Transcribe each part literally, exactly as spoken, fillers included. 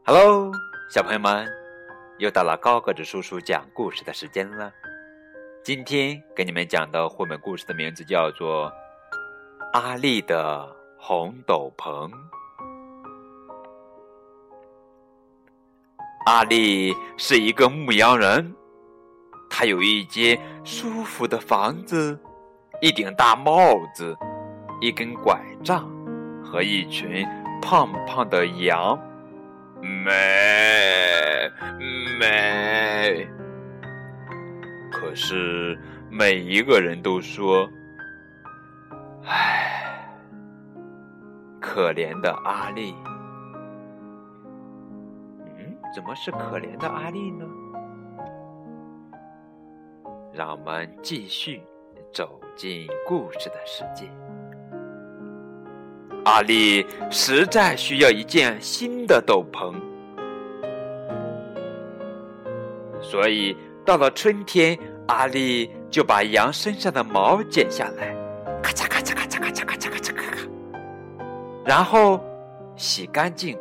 Hello， 小朋友们，又到了高个子叔叔讲故事的时间了。今天给你们讲的绘本故事的名字叫做《阿丽的红斗篷》。阿丽是一个牧羊人，他有一间舒服的房子，一顶大帽子，一根拐杖和一群胖胖的羊。咩咩，可是每一个人都说：“唉，可怜的阿丽。”嗯，怎么是可怜的阿丽呢？让我们继续走进故事的世界。阿丽实在需要一件新的斗篷，所以到了春天，阿丽就把羊身上的毛剪下来，咔嚓咔嚓咔嚓咔嚓咔嚓咔嚓咔嚓，然后洗干净，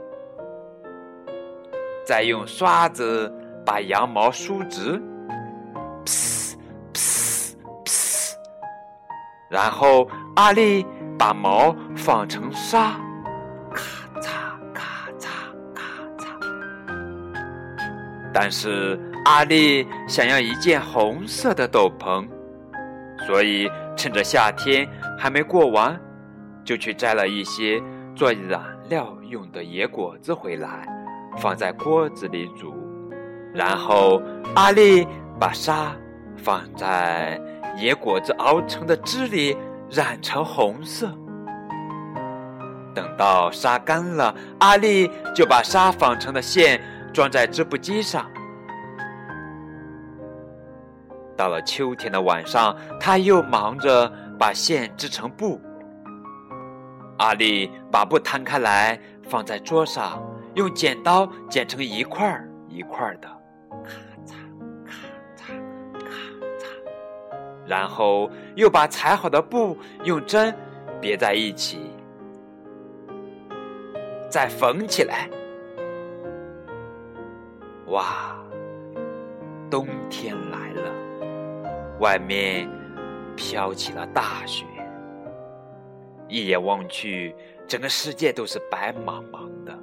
再用刷子把羊毛梳直，噗噗噗，然后阿丽把毛纺成纱，咔嚓咔嚓咔嚓。但是阿丽想要一件红色的斗篷，所以趁着夏天还没过完，就去摘了一些做染料用的野果子回来，放在锅子里煮。然后阿丽把纱放在野果子熬成的汁里，染成红色。等到纱干了，阿丽就把纱纺成的线装在织布机上。到了秋天的晚上，她又忙着把线织成布。阿丽把布摊开来，放在桌上，用剪刀剪成一块一块的，咔嚓咔嚓咔嚓，然后又把裁好的布用针别在一起，再缝起来。哇，冬天来了，外面飘起了大雪，一眼望去，整个世界都是白茫茫的。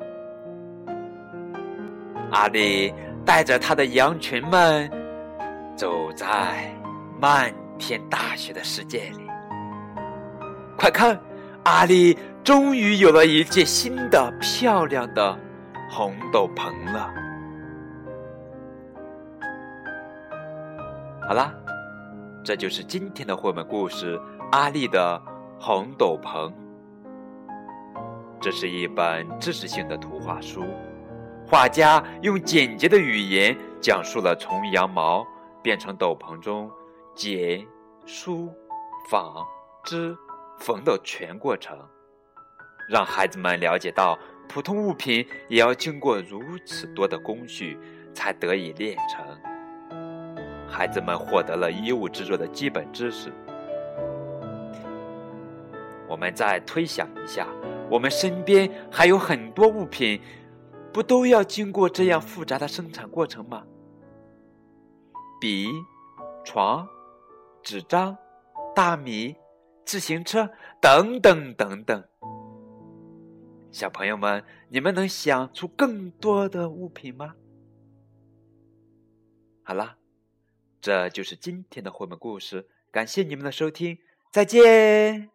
阿丽带着她的羊群们走在漫天大雪的世界里。快看，阿丽终于有了一件新的漂亮的红斗篷了。好啦，这就是今天的绘本故事《阿丽的红斗篷》。这是一本知识性的图画书，画家用简洁的语言讲述了从羊毛变成斗篷中剪、梳、纺、织、缝的全过程，让孩子们了解到普通物品也要经过如此多的工序才得以炼成。孩子们获得了衣物制作的基本知识。我们再推想一下，我们身边还有很多物品，不都要经过这样复杂的生产过程吗？笔、床、纸张、大米、自行车等等等等。小朋友们，你们能想出更多的物品吗？好了，这就是今天的绘本故事，感谢你们的收听，再见。